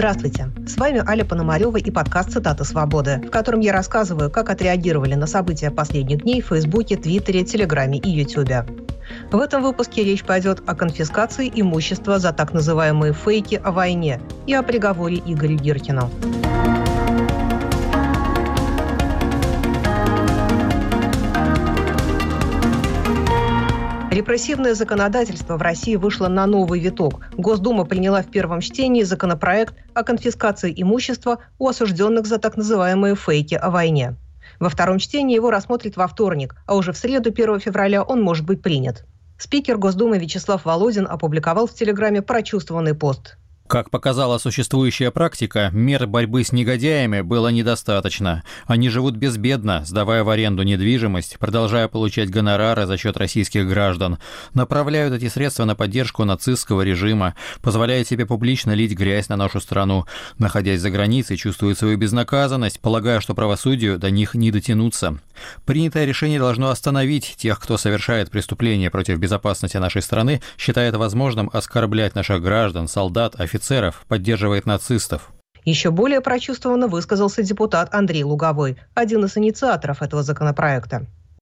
Здравствуйте! С вами Аля Пономарева и подкаст «Цитаты свободы», в котором я рассказываю, как отреагировали на события последних дней в Фейсбуке, Твиттере, Телеграме и Ютубе. В этом выпуске речь пойдет о конфискации имущества за так называемые фейки о войне и о приговоре Игорю Гиркину. Репрессивное законодательство в России вышло на новый виток. Госдума приняла в первом чтении законопроект о конфискации имущества у осужденных за так называемые фейки о войне. Во втором чтении его рассмотрят во вторник, а уже в среду, 1 февраля, он может быть принят. Спикер Госдумы Вячеслав Володин опубликовал в Телеграме прочувствованный пост. Как показала существующая практика, мер борьбы с негодяями было недостаточно. Они живут безбедно, сдавая в аренду недвижимость, продолжая получать гонорары за счет российских граждан, направляют эти средства на поддержку нацистского режима, позволяют себе публично лить грязь на нашу страну, находясь за границей, чувствуют свою безнаказанность, полагая, что правосудию до них не дотянуться. Принятое решение должно остановить тех, кто совершает преступления против безопасности нашей страны, считает возможным оскорблять наших граждан, солдат, офицеров, поддерживает нацистов. Еще более прочувствованно высказался депутат Андрей Луговой, один из инициаторов этого законопроекта.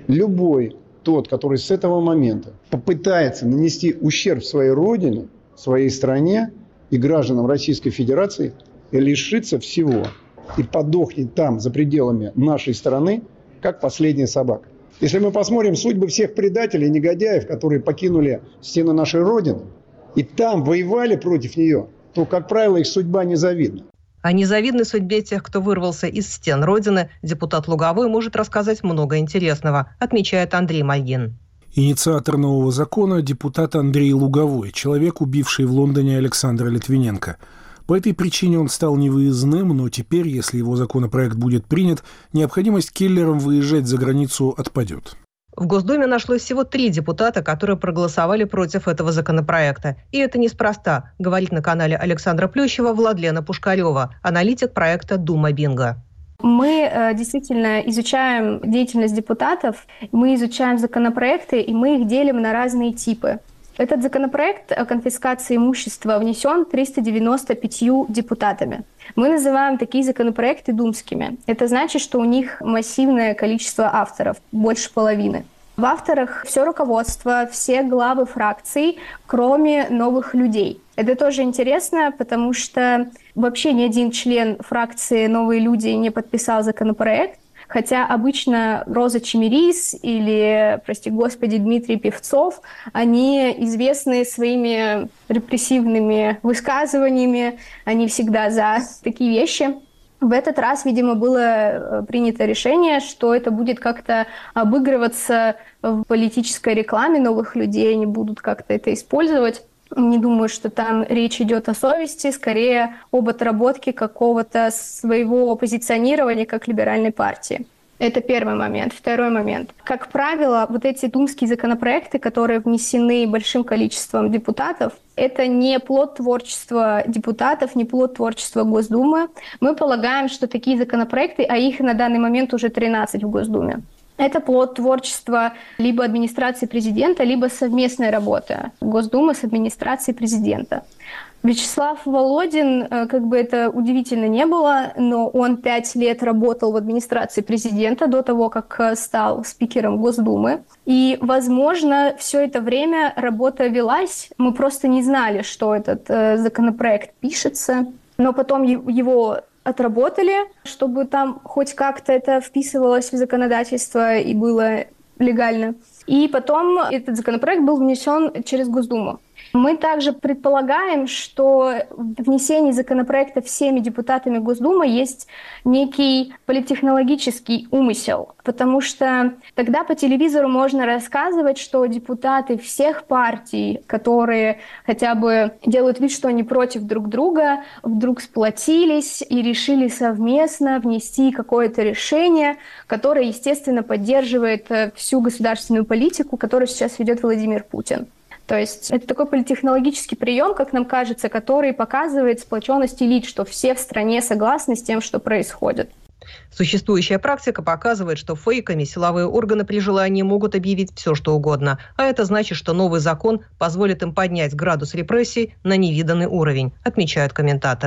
Любой тот, который с этого момента попытается нанести ущерб своей родине, своей стране и гражданам Российской Федерации, лишится всего и подохнет там, за пределами нашей страны, как последняя собака. Если мы посмотрим судьбы всех предателей и негодяев, которые покинули стены нашей Родины, и там воевали против нее, то, как правило, их судьба незавидна. О незавидной судьбе тех, кто вырвался из стен Родины, депутат Луговой может рассказать много интересного, отмечает Андрей Мальгин. Инициатор нового закона – депутат Андрей Луговой, человек, убивший в Лондоне Александра Литвиненко. По этой причине он стал невыездным, но теперь, если его законопроект будет принят, необходимость киллерам выезжать за границу отпадет. В Госдуме нашлось всего 3 депутата, которые проголосовали против этого законопроекта. И это неспроста, говорит на канале Александра Плющева Владлена Пушкарева, аналитик проекта «Дума Бинго». Мы действительно изучаем деятельность депутатов, мы изучаем законопроекты, и мы их делим на разные типы. Этот законопроект о конфискации имущества внесен 395 депутатами. Мы называем такие законопроекты думскими. Это значит, что у них массивное количество авторов, больше половины. В авторах все руководство, все главы фракций, кроме новых людей. Это тоже интересно, потому что вообще ни один член фракции «Новые люди» не подписал законопроект. Хотя обычно Роза Чемерис или, прости господи, Дмитрий Певцов, они известны своими репрессивными высказываниями, они всегда за такие вещи. В этот раз, видимо, было принято решение, что это будет как-то обыгрываться в политической рекламе новых людей, они будут как-то это использовать. Не думаю, что там речь идет о совести, скорее об отработке какого-то своего позиционирования как либеральной партии. Это первый момент. Второй момент. Как правило, вот эти думские законопроекты, которые внесены большим количеством депутатов, это не плод творчества депутатов, не плод творчества Госдумы. Мы полагаем, что такие законопроекты, а их на данный момент уже 13 в Госдуме, это плод творчества либо администрации президента, либо совместной работы Госдумы с администрацией президента. Вячеслав Володин, как бы это удивительно не было, но он 5 лет работал в администрации президента до того, как стал спикером Госдумы. И, возможно, все это время работа велась. Мы просто не знали, что этот законопроект пишется. Но потом его отработали, чтобы там хоть как-то это вписывалось в законодательство и было легально. И потом этот законопроект был внесен через Госдуму. Мы также предполагаем, что в внесении законопроекта всеми депутатами Госдумы есть некий политтехнологический умысел, потому что тогда по телевизору можно рассказывать, что депутаты всех партий, которые хотя бы делают вид, что они против друг друга, вдруг сплотились и решили совместно внести какое-то решение, которое, естественно, поддерживает всю государственную политику, которую сейчас ведет Владимир Путин. То есть это такой политтехнологический прием, как нам кажется, который показывает сплоченность элит, что все в стране согласны с тем, что происходит. Существующая практика показывает, что фейками силовые органы при желании могут объявить все, что угодно. А это значит, что новый закон позволит им поднять градус репрессий на невиданный уровень, отмечают комментаторы.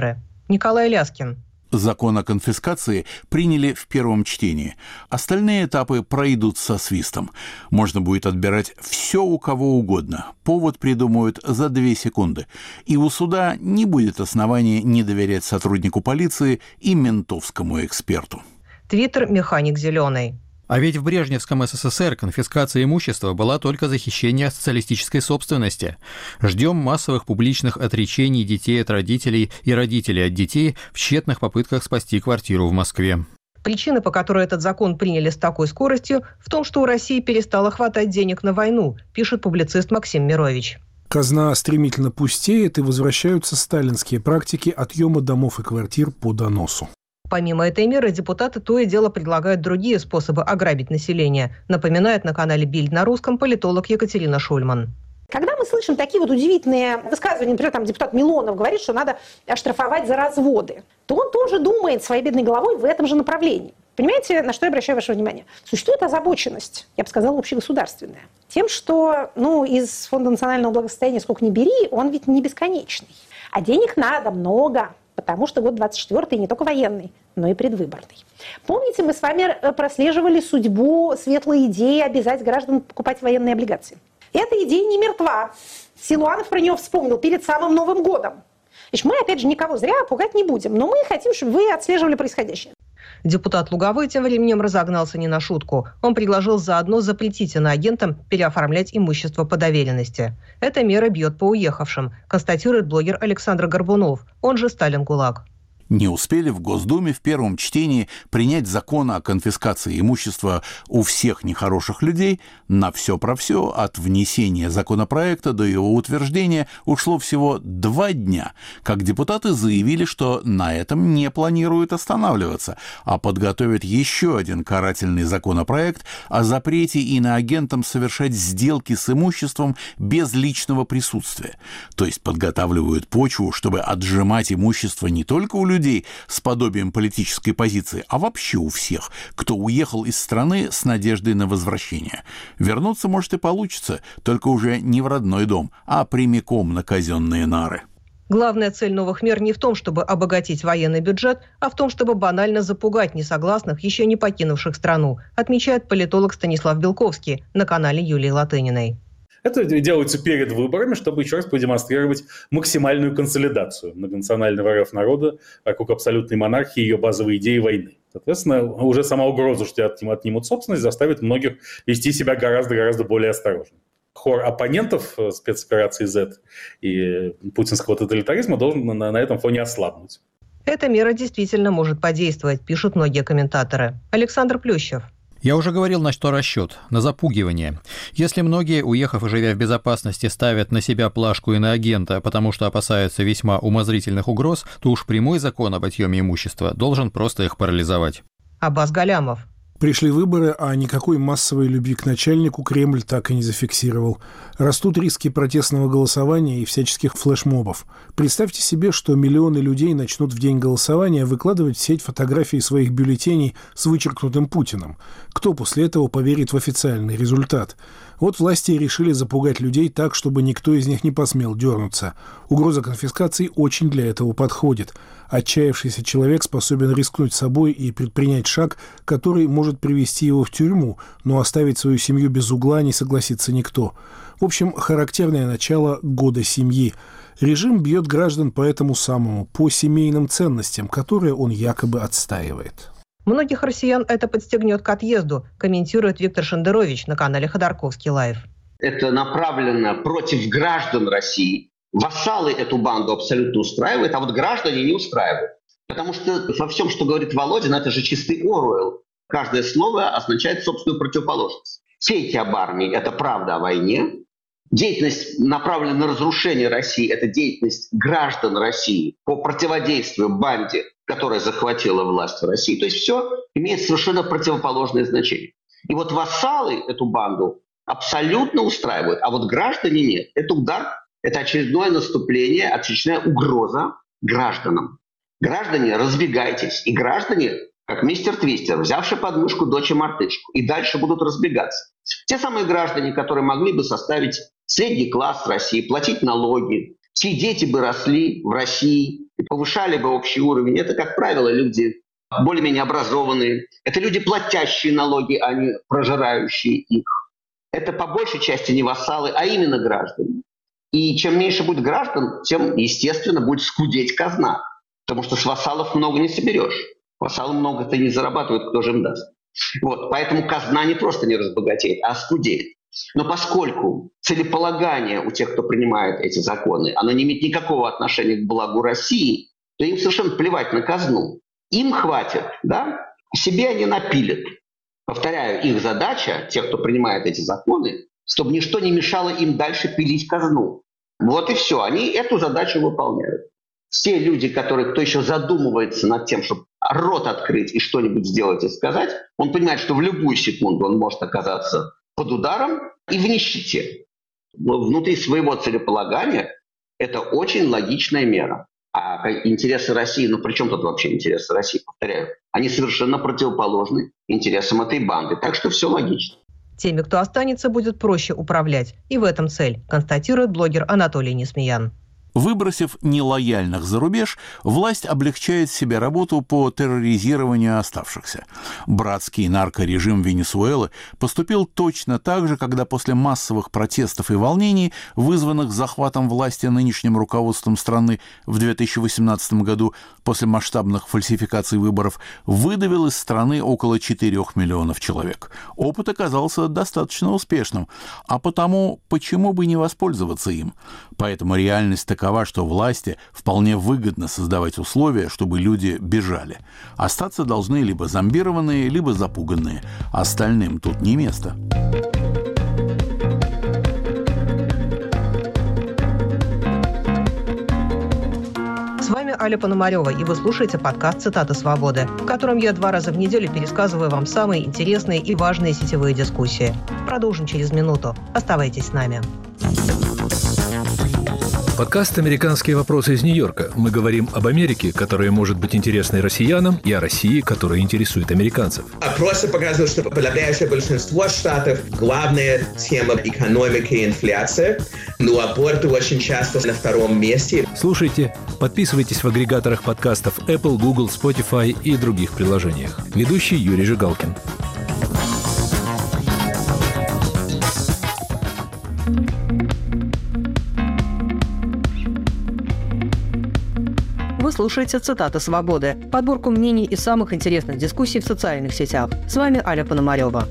Николай Ляскин. Закон о конфискации приняли в первом чтении. Остальные этапы пройдут со свистом. Можно будет отбирать все у кого угодно. Повод придумают за 2 секунды. И у суда не будет оснований не доверять сотруднику полиции и ментовскому эксперту. Твиттер «Механик Зеленый». А ведь в Брежневском СССР конфискация имущества была только за хищение социалистической собственности. Ждем массовых публичных отречений детей от родителей и родителей от детей в тщетных попытках спасти квартиру в Москве. Причина, по которой этот закон приняли с такой скоростью, в том, что у России перестало хватать денег на войну, пишет публицист Максим Мирович. Казна стремительно пустеет, и возвращаются сталинские практики отъема домов и квартир по доносу. Помимо этой меры, депутаты то и дело предлагают другие способы ограбить население, напоминает на канале «Бильд» на русском политолог Екатерина Шульман. Когда мы слышим такие вот удивительные высказывания, например, там депутат Милонов говорит, что надо оштрафовать за разводы, то он тоже думает своей бедной головой в этом же направлении. Понимаете, на что я обращаю ваше внимание? Существует озабоченность, я бы сказала, общегосударственная, тем, что из Фонда национального благосостояния сколько ни бери, он ведь не бесконечный. А денег надо много. Потому что год 24-й не только военный, но и предвыборный. Помните, мы с вами прослеживали судьбу светлой идеи обязать граждан покупать военные облигации. Эта идея не мертва. Силуанов про нее вспомнил перед самым Новым годом. Значит, мы, опять же, никого зря пугать не будем, но мы хотим, чтобы вы отслеживали происходящее. Депутат Луговой тем временем разогнался не на шутку. Он предложил заодно запретить иноагентам переоформлять имущество по доверенности. Эта мера бьет по уехавшим, констатирует блогер Александр Горбунов, он же Сталин ГУЛАГ. Не успели в Госдуме в первом чтении принять закон о конфискации имущества у всех нехороших людей, на все про все от внесения законопроекта до его утверждения ушло всего 2 дня, как депутаты заявили, что на этом не планируют останавливаться, а подготовят еще один карательный законопроект о запрете иноагентам совершать сделки с имуществом без личного присутствия. То есть подготавливают почву, чтобы отжимать имущество не только у людей с подобием политической позиции, а вообще у всех, кто уехал из страны с надеждой на возвращение. Вернуться, может, и получится, только уже не в родной дом, а прямиком на казенные нары. Главная цель новых мер не в том, чтобы обогатить военный бюджет, а в том, чтобы банально запугать несогласных, еще не покинувших страну, отмечает политолог Станислав Белковский на канале Юлии Латыниной. Это делается перед выборами, чтобы еще раз продемонстрировать максимальную консолидацию многонационального РФ народа вокруг абсолютной монархии и ее базовой идеи войны. Соответственно, уже сама угроза, что отнимут собственность, заставит многих вести себя гораздо более осторожно. Хор оппонентов спецоперации Z и путинского тоталитаризма должен на этом фоне ослабнуть. Эта мера действительно может подействовать, пишут многие комментаторы. Александр Плющев. Я уже говорил, на что расчет, на запугивание. Если многие, уехав и живя в безопасности, ставят на себя плашку иноагента, потому что опасаются весьма умозрительных угроз, то уж прямой закон об отъеме имущества должен просто их парализовать. Аббас Галямов. Пришли выборы, а никакой массовой любви к начальнику Кремль так и не зафиксировал. Растут риски протестного голосования и всяческих флешмобов. Представьте себе, что миллионы людей начнут в день голосования выкладывать в сеть фотографии своих бюллетеней с вычеркнутым Путиным. Кто после этого поверит в официальный результат? Вот власти решили запугать людей так, чтобы никто из них не посмел дернуться. Угроза конфискации очень для этого подходит. Отчаявшийся человек способен рискнуть собой и предпринять шаг, который может привести его в тюрьму, но оставить свою семью без угла не согласится никто. В общем, характерное начало года семьи. Режим бьет граждан по этому самому, по семейным ценностям, которые он якобы отстаивает. Многих россиян это подстегнет к отъезду, комментирует Виктор Шендерович на канале Ходорковский Лайв. Это направлено против граждан России. Вассалы эту банду абсолютно устраивают, а вот граждане не устраивают. Потому что во всем, что говорит Володин, это же чистый Оруэлл. Каждое слово означает собственную противоположность. Фейки об армии – это правда о войне. Деятельность, направленная на разрушение России – это деятельность граждан России по противодействию банде, которая захватила власть в России. То есть все имеет совершенно противоположное значение. И вот вассалы эту банду абсолютно устраивают, а вот граждане нет. Это удар, это очередное наступление, очередная угроза гражданам. Граждане, разбегайтесь. И граждане, как мистер Твистер, взявший под мышку дочь и мартышку, и дальше будут разбегаться. Те самые граждане, которые могли бы составить средний класс России, платить налоги, чьи дети бы росли в России и повышали бы общий уровень. Это, как правило, люди более-менее образованные. Это люди, платящие налоги, а не прожирающие их. Это по большей части не вассалы, а именно граждане. И чем меньше будет граждан, тем, естественно, будет скудеть казна. Потому что с вассалов много не соберешь. Вассалы много-то не зарабатывают, кто же им даст. Вот, поэтому казна не просто не разбогатеет, а скудеет. Но поскольку целеполагание у тех, кто принимает эти законы, оно не имеет никакого отношения к благу России, то им совершенно плевать на казну. Им хватит, да? Себе они напилят. Повторяю, их задача, тех, кто принимает эти законы, чтобы ничто не мешало им дальше пилить казну. Вот и все. Они эту задачу выполняют. Все люди, кто еще задумывается над тем, чтобы рот открыть и что-нибудь сделать и сказать, он понимает, что в любую секунду он может оказаться под ударом и в нищете. Но внутри своего целеполагания это очень логичная мера. А интересы России, при чем тут вообще интересы России, повторяю, они совершенно противоположны интересам этой банды. Так что все логично. Теми, кто останется, будет проще управлять. И в этом цель, констатирует блогер Анатолий Несмеян. Выбросив нелояльных за рубеж, власть облегчает себе работу по терроризированию оставшихся. Братский наркорежим Венесуэлы поступил точно так же, когда после массовых протестов и волнений, вызванных захватом власти нынешним руководством страны в 2018 году после масштабных фальсификаций выборов, выдавил из страны около 4 миллионов человек. Опыт оказался достаточно успешным, а потому почему бы не воспользоваться им? Поэтому реальность такова, что власти вполне выгодно создавать условия, чтобы люди бежали. Остаться должны либо зомбированные, либо запуганные. Остальным тут не место. С вами Аля Пономарева, и вы слушаете подкаст «Цитаты свободы», в котором я 2 раза в неделю пересказываю вам самые интересные и важные сетевые дискуссии. Продолжим через минуту. Оставайтесь с нами. Подкаст «Американские вопросы» из Нью-Йорка. Мы говорим об Америке, которая может быть интересной россиянам, и о России, которая интересует американцев. Опросы показывают, что подавляющее большинство штатов главная тема экономики и инфляция, но аборты очень часто на 2-м месте. Слушайте, подписывайтесь в агрегаторах подкастов Apple, Google, Spotify и других приложениях. Ведущий Юрий Жигалкин. Вы слушаете «Цитаты свободы», подборку мнений и самых интересных дискуссий в социальных сетях. С вами Аля Пономарева.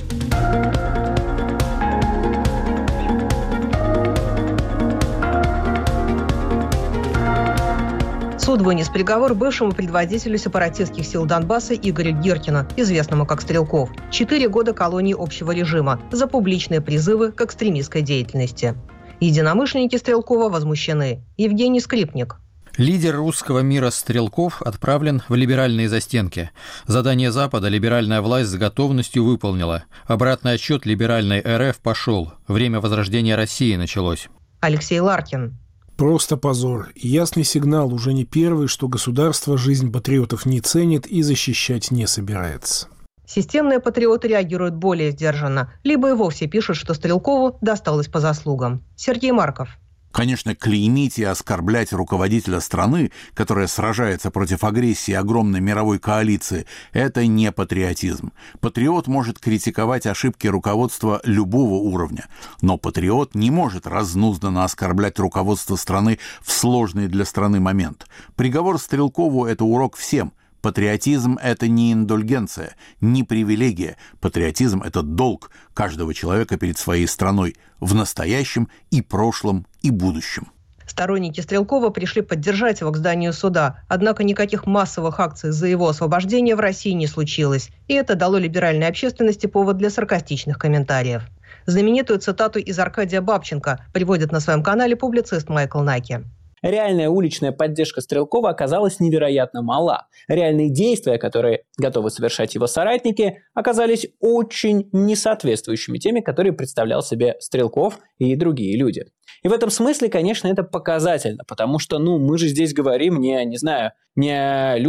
Суд вынес приговор бывшему предводителю сепаратистских сил Донбасса Игорю Гиркину, известному как Стрелков, 4 года колонии общего режима за публичные призывы к экстремистской деятельности. Единомышленники Стрелкова возмущены. Евгений Скрипник. Лидер русского мира Стрелков отправлен в либеральные застенки. Задание Запада либеральная власть с готовностью выполнила. Обратный отсчет либеральной РФ пошел. Время возрождения России началось. Алексей Ларкин. Просто позор. Ясный сигнал, уже не первый, что государство жизнь патриотов не ценит и защищать не собирается. Системные патриоты реагируют более сдержанно, либо и вовсе пишут, что Стрелкову досталось по заслугам. Сергей Марков. Конечно, клеймить и оскорблять руководителя страны, которая сражается против агрессии огромной мировой коалиции, это не патриотизм. Патриот может критиковать ошибки руководства любого уровня, но патриот не может разнузданно оскорблять руководство страны в сложный для страны момент. Приговор Стрелкову – это урок всем. Патриотизм – это не индульгенция, не привилегия. Патриотизм – это долг каждого человека перед своей страной в настоящем и прошлом и будущем. Сторонники Стрелкова пришли поддержать его к зданию суда, однако никаких массовых акций за его освобождение в России не случилось, и это дало либеральной общественности повод для саркастичных комментариев. Знаменитую цитату из Аркадия Бабченко приводит на своем канале публицист Майкл Наки. Реальная уличная поддержка Стрелкова оказалась невероятно мала. Реальные действия, которые готовы совершать его соратники, оказались очень несоответствующими теми, которые представлял себе Стрелков и другие люди. И в этом смысле, конечно, это показательно, потому что, мы же здесь говорим не о людях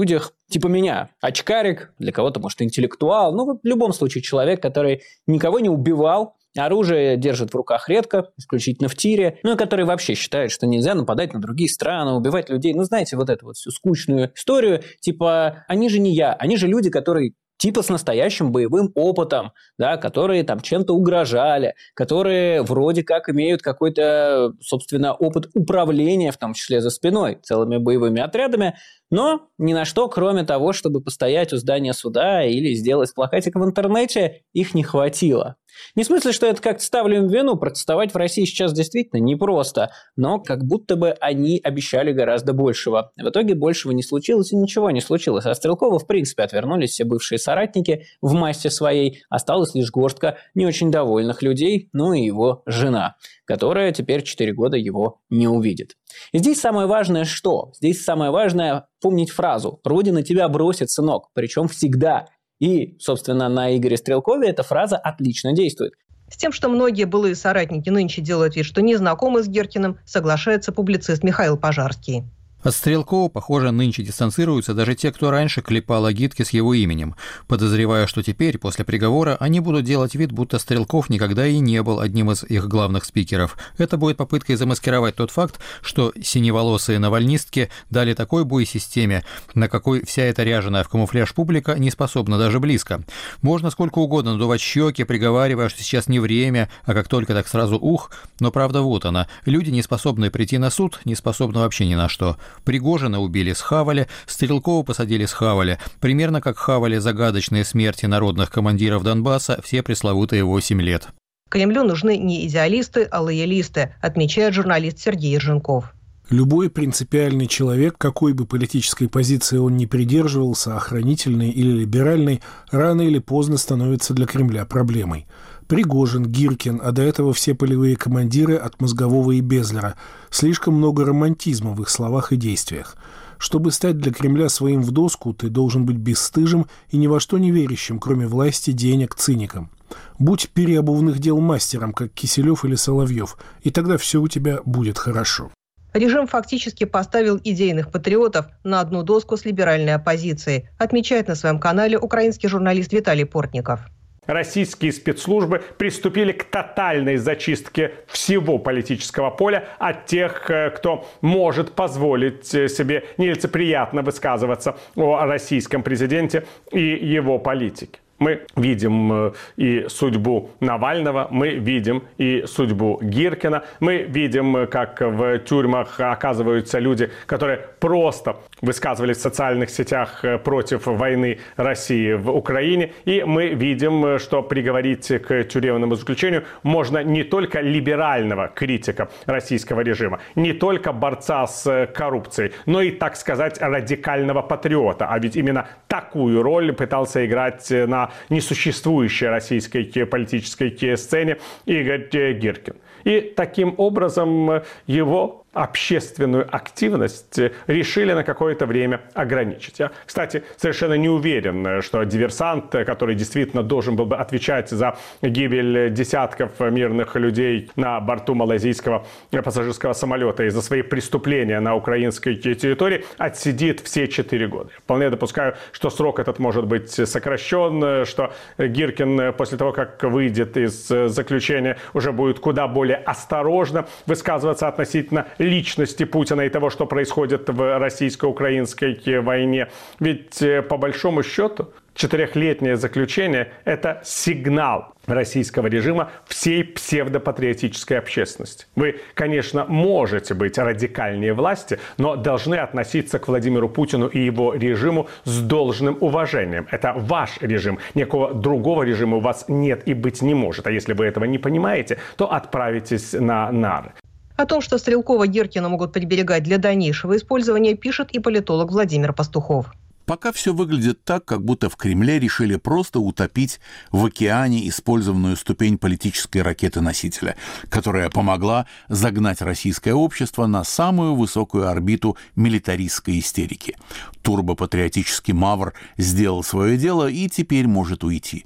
типа меня, очкарик, для кого-то, может, интеллектуал, в любом случае человек, который никого не убивал, оружие держит в руках редко, исключительно в тире, и который вообще считает, что нельзя нападать на другие страны, убивать людей. Знаете, вот эту вот всю скучную историю, типа, они же не я, они же люди, которые типа с настоящим боевым опытом, да, которые там чем-то угрожали, которые вроде как имеют какой-то, собственно, опыт управления, в том числе за спиной, целыми боевыми отрядами, но ни на что, кроме того, чтобы постоять у здания суда или сделать плакатик в интернете, их не хватило. Не в смысле, что это как-то ставлю им вину, протестовать в России сейчас действительно непросто, но как будто бы они обещали гораздо большего. В итоге большего не случилось и ничего не случилось. А Стрелкова, в принципе, отвернулись все бывшие соратники в массе своей, осталась лишь горстка не очень довольных людей, и его жена, которая теперь 4 года его не увидит. И здесь самое важное что? Здесь самое важное помнить фразу «Родина тебя бросит, сынок», причем всегда. И, собственно, на Игоре Стрелкове эта фраза отлично действует. С тем, что многие былые соратники нынче делают вид, что не знакомы с Гиркиным, соглашается публицист Михаил Пожарский. От Стрелкова, похоже, нынче дистанцируются даже те, кто раньше клепал агитки с его именем, подозревая, что теперь, после приговора, они будут делать вид, будто Стрелков никогда и не был одним из их главных спикеров. Это будет попыткой замаскировать тот факт, что синеволосые навальнистки дали такой бой системе, на какой вся эта ряженая в камуфляж публика не способна даже близко. Можно сколько угодно надувать щеки, приговаривая, что сейчас не время, а как только так сразу ух, но правда вот она. Люди, не способные прийти на суд, не способны вообще ни на что. Пригожина убили, схавали, Стрелкова посадили, схавали. Примерно как хавали загадочные смерти народных командиров Донбасса все пресловутые 8 лет. Кремлю нужны не идеалисты, а лоялисты, отмечает журналист Сергей Ерженков. Любой принципиальный человек, какой бы политической позиции он ни придерживался, охранительной или либеральной, рано или поздно становится для Кремля проблемой. Пригожин, Гиркин, а до этого все полевые командиры от Мозгового и Безлера. Слишком много романтизма в их словах и действиях. Чтобы стать для Кремля своим в доску, ты должен быть бесстыжим и ни во что не верящим, кроме власти, денег, циником. Будь переобувных дел мастером, как Киселев или Соловьев, и тогда все у тебя будет хорошо. Режим фактически поставил идейных патриотов на одну доску с либеральной оппозицией, отмечает на своем канале украинский журналист Виталий Портников. Российские спецслужбы приступили к тотальной зачистке всего политического поля от тех, кто может позволить себе нелицеприятно высказываться о российском президенте и его политике. Мы видим и судьбу Навального, мы видим и судьбу Гиркина, мы видим, как в тюрьмах оказываются люди, которые просто высказывались в социальных сетях против войны России в Украине, и мы видим, что приговорить к тюремному заключению можно не только либерального критика российского режима, не только борца с коррупцией, но и, так сказать, радикального патриота. А ведь именно такую роль пытался играть на несуществующей российской политической сцене Игорь Гиркин. И таким образом его общественную активность решили на какое-то время ограничить. Я, кстати, совершенно не уверен, что диверсант, который действительно должен был бы отвечать за гибель десятков мирных людей на борту малайзийского пассажирского самолета и за свои преступления на украинской территории, отсидит все 4 года. Вполне допускаю, что срок этот может быть сокращен, что Гиркин после того, как выйдет из заключения, уже будет куда более осторожно высказываться относительно личности Путина и того, что происходит в российско-украинской войне. Ведь по большому счету 4-летнее заключение – это сигнал российского режима всей псевдопатриотической общественности. Вы, конечно, можете быть радикальнее власти, но должны относиться к Владимиру Путину и его режиму с должным уважением. Это ваш режим. Никакого другого режима у вас нет и быть не может. А если вы этого не понимаете, то отправитесь на нары. О том, что Стрелкова Гиркина могут приберегать для дальнейшего использования, пишет и политолог Владимир Пастухов. Пока все выглядит так, как будто в Кремле решили просто утопить в океане использованную ступень политической ракеты-носителя, которая помогла загнать российское общество на самую высокую орбиту милитаристской истерики. Турбопатриотический мавр сделал свое дело и теперь может уйти.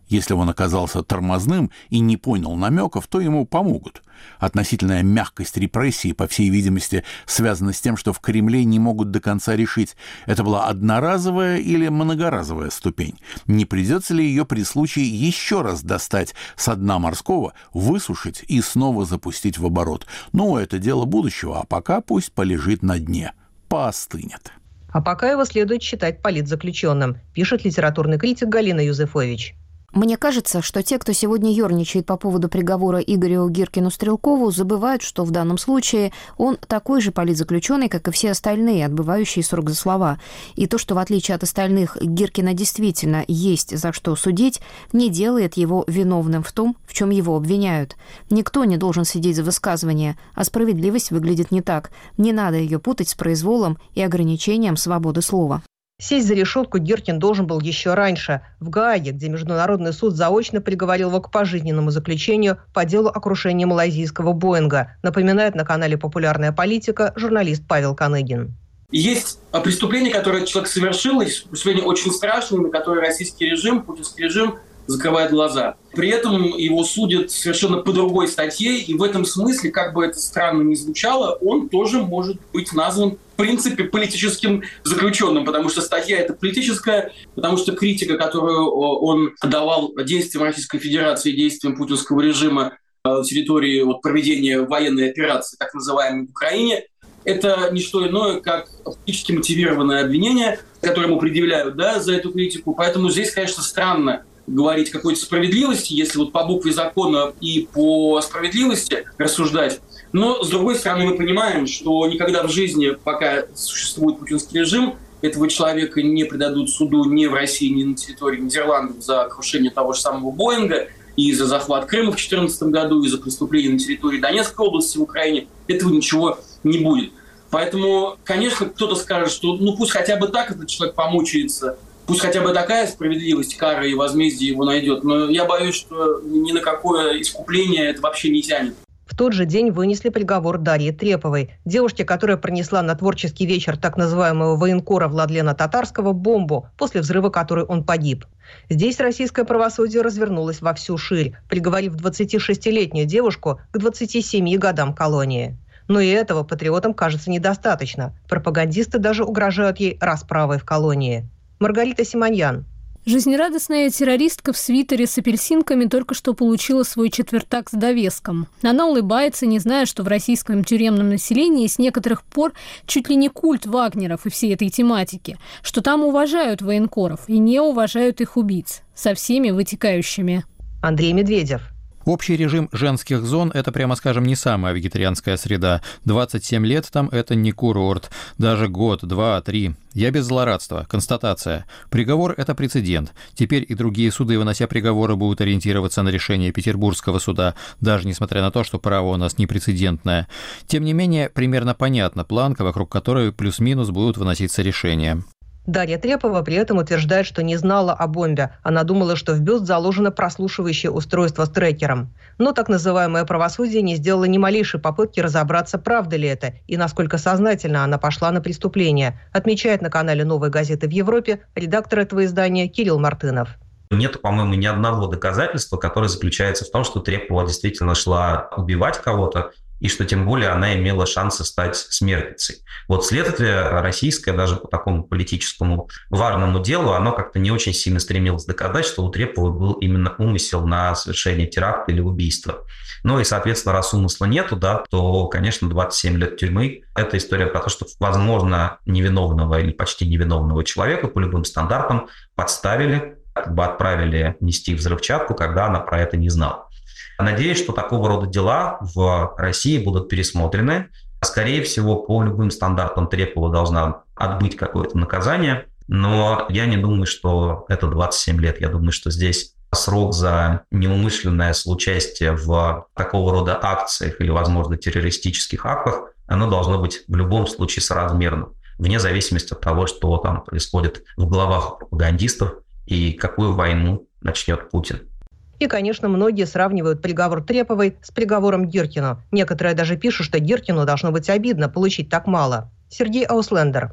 Если он оказался тормозным и не понял намеков, то ему помогут. Относительная мягкость репрессий, по всей видимости, связана с тем, что в Кремле не могут до конца решить, это была одноразовая или многоразовая ступень. Не придется ли ее при случае еще раз достать со дна морского, высушить и снова запустить в оборот? Ну, это дело будущего, а пока пусть полежит на дне, поостынет. А пока его следует считать политзаключенным, пишет литературный критик Галина Юзефович. Мне кажется, что те, кто сегодня ерничает по поводу приговора Игорю Гиркину-Стрелкову, забывают, что в данном случае он такой же политзаключенный, как и все остальные, отбывающие срок за слова. И то, что в отличие от остальных Гиркина действительно есть за что судить, не делает его виновным в том, в чем его обвиняют. Никто не должен сидеть за высказывание, а справедливость выглядит не так. Не надо ее путать с произволом и ограничением свободы слова. Сесть за решетку Гиркин должен был еще раньше, в Гааге, где Международный суд заочно приговорил его к пожизненному заключению по делу о крушении малайзийского Боинга, напоминает на канале «Популярная политика» журналист Павел Каныгин. Есть преступление, которое человек совершил, преступление очень страшное, на которое российский режим, путинский режим закрывает глаза. При этом его судят совершенно по другой статье, и в этом смысле, как бы это странно ни звучало, он тоже может быть назван в принципе политическим заключенным, потому что статья эта политическая, потому что критика, которую он давал действиям Российской Федерации, действиям путинского режима на территории проведения военной операции, так называемой, в Украине, это не что иное, как политически мотивированное обвинение, которое ему предъявляют, за эту критику. Поэтому здесь, конечно, странно говорить о какой-то справедливости, если по букве закона и по справедливости рассуждать. Но, с другой стороны, мы понимаем, что никогда в жизни, пока существует путинский режим, этого человека не предадут суду ни в России, ни на территории Нидерландов за крушение того же самого Боинга, и за захват Крыма в 2014 году, и за преступления на территории Донецкой области в Украине. Этого ничего не будет. Поэтому, конечно, кто-то скажет, что пусть хотя бы так этот человек помучается, пусть хотя бы такая справедливость, кара и возмездие его найдет. Но я боюсь, что ни на какое искупление это вообще не тянет. В тот же день вынесли приговор Дарье Треповой, девушке, которая пронесла на творческий вечер так называемого военкора Владлена Татарского бомбу, после взрыва которой он погиб. Здесь российское правосудие развернулось во всю ширь, приговорив 26-летнюю девушку к 27 годам колонии. Но и этого патриотам кажется недостаточно. Пропагандисты даже угрожают ей расправой в колонии. Маргарита Симоньян. Жизнерадостная террористка в свитере с апельсинками только что получила свой четвертак с довеском. Она улыбается, не зная, что в российском тюремном населении с некоторых пор чуть ли не культ Вагнеров и всей этой тематики, что там уважают военкоров и не уважают их убийц, со всеми вытекающими. Андрей Медведев. Общий режим женских зон – это, прямо скажем, не самая вегетарианская среда. 27 лет там – это не курорт. Даже год, 2, 3. Я без злорадства. Констатация. Приговор – это прецедент. Теперь и другие суды, вынося приговоры, будут ориентироваться на решение Петербургского суда, даже несмотря на то, что право у нас непрецедентное. Тем не менее, примерно понятна планка, вокруг которой плюс-минус будут выноситься решения. Дарья Трепова при этом утверждает, что не знала о бомбе. Она думала, что в бюст заложено прослушивающее устройство с трекером. Но так называемое правосудие не сделало ни малейшей попытки разобраться, правда ли это и насколько сознательно она пошла на преступление, отмечает на канале «Новой газеты в Европе» редактор этого издания Кирилл Мартынов. Нет, по-моему, ни одного доказательства, которое заключается в том, что Трепова действительно шла убивать кого-то, и что тем более она имела шансы стать смертницей. Вот следствие российское, даже по такому политическому важному делу, оно как-то не очень сильно стремилось доказать, что у Треповой был именно умысел на совершение теракта или убийства. Ну и, соответственно, раз умысла нету, то, конечно, 27 лет тюрьмы – это история про то, что, возможно, невиновного или почти невиновного человека по любым стандартам подставили, отправили нести взрывчатку, когда она про это не знала. Надеюсь, что такого рода дела в России будут пересмотрены. Скорее всего, по любым стандартам Трепова должна отбыть какое-то наказание. Но я не думаю, что это 27 лет. Я думаю, что здесь срок за неумышленное соучастие в такого рода акциях или, возможно, террористических актах, оно должно быть в любом случае соразмерным, вне зависимости от того, что там происходит в головах пропагандистов и какую войну начнет Путин. И, конечно, многие сравнивают приговор Треповой с приговором Гиркину. Некоторые даже пишут, что Гиркину должно быть обидно получить так мало. Сергей Ауслендер.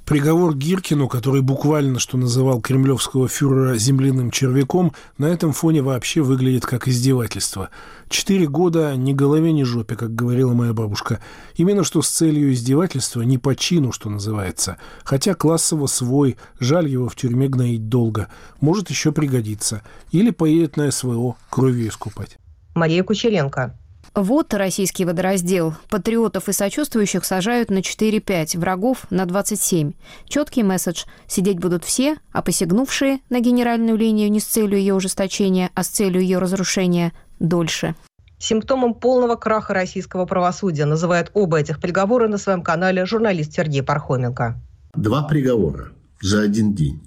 Приговор Гиркину, который буквально что называл кремлевского фюрера земляным червяком, на этом фоне вообще выглядит как издевательство. 4 года ни голове, ни жопе, как говорила моя бабушка. Именно что с целью издевательства, не по чину, что называется. Хотя классово свой, жаль его в тюрьме гноить долго. Может еще пригодится. Или поедет на СВО кровью искупать. Мария Кучеренко. Вот российский водораздел. Патриотов и сочувствующих сажают на 4-5, врагов на 27. Четкий месседж. Сидеть будут все, а посягнувшие на генеральную линию не с целью ее ужесточения, а с целью ее разрушения дольше. Симптомом полного краха российского правосудия называет оба этих приговора на своем канале журналист Сергей Пархоменко. 2 приговора за один день.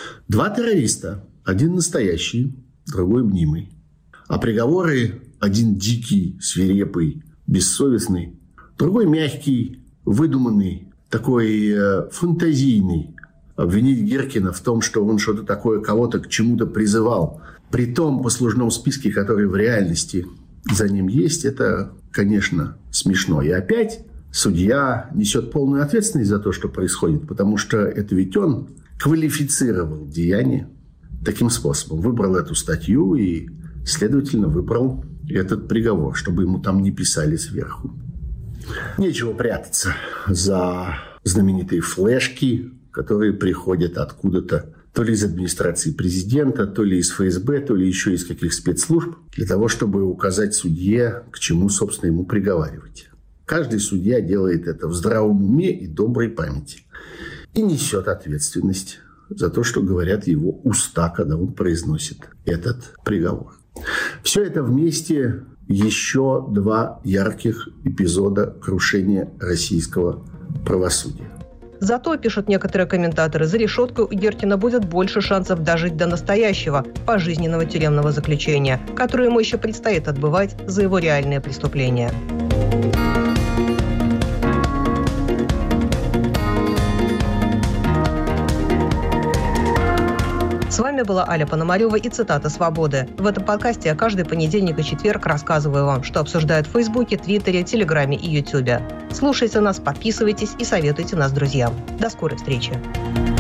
2 террориста. Один настоящий, другой мнимый. А приговоры: один дикий, свирепый, бессовестный, другой мягкий, выдуманный, такой фантазийный. Обвинить Гиркина в том, что он что-то такое, кого-то к чему-то призывал, при том послужном списке, который в реальности за ним есть, это, конечно, смешно. И опять судья несет полную ответственность за то, что происходит, потому что это ведь он квалифицировал деяние таким способом. Выбрал эту статью и, следовательно, выбрал этот приговор, чтобы ему там не писали сверху. Нечего прятаться за знаменитые флешки, которые приходят откуда-то, то ли из администрации президента, то ли из ФСБ, то ли еще из каких спецслужб, для того, чтобы указать судье, к чему, собственно, ему приговаривать. Каждый судья делает это в здравом уме и доброй памяти. И несет ответственность за то, что говорят его уста, когда он произносит этот приговор. Все это вместе еще 2 ярких эпизода крушения российского правосудия. Зато, пишут некоторые комментаторы, за решеткой у Гиркина будет больше шансов дожить до настоящего пожизненного тюремного заключения, которое ему еще предстоит отбывать за его реальные преступления. С вами была Аля Пономарева и цитата «Свободы». В этом подкасте я каждый понедельник и четверг рассказываю вам, что обсуждают в Фейсбуке, Твиттере, Телеграме и Ютубе. Слушайте нас, подписывайтесь и советуйте нас друзьям. До скорой встречи.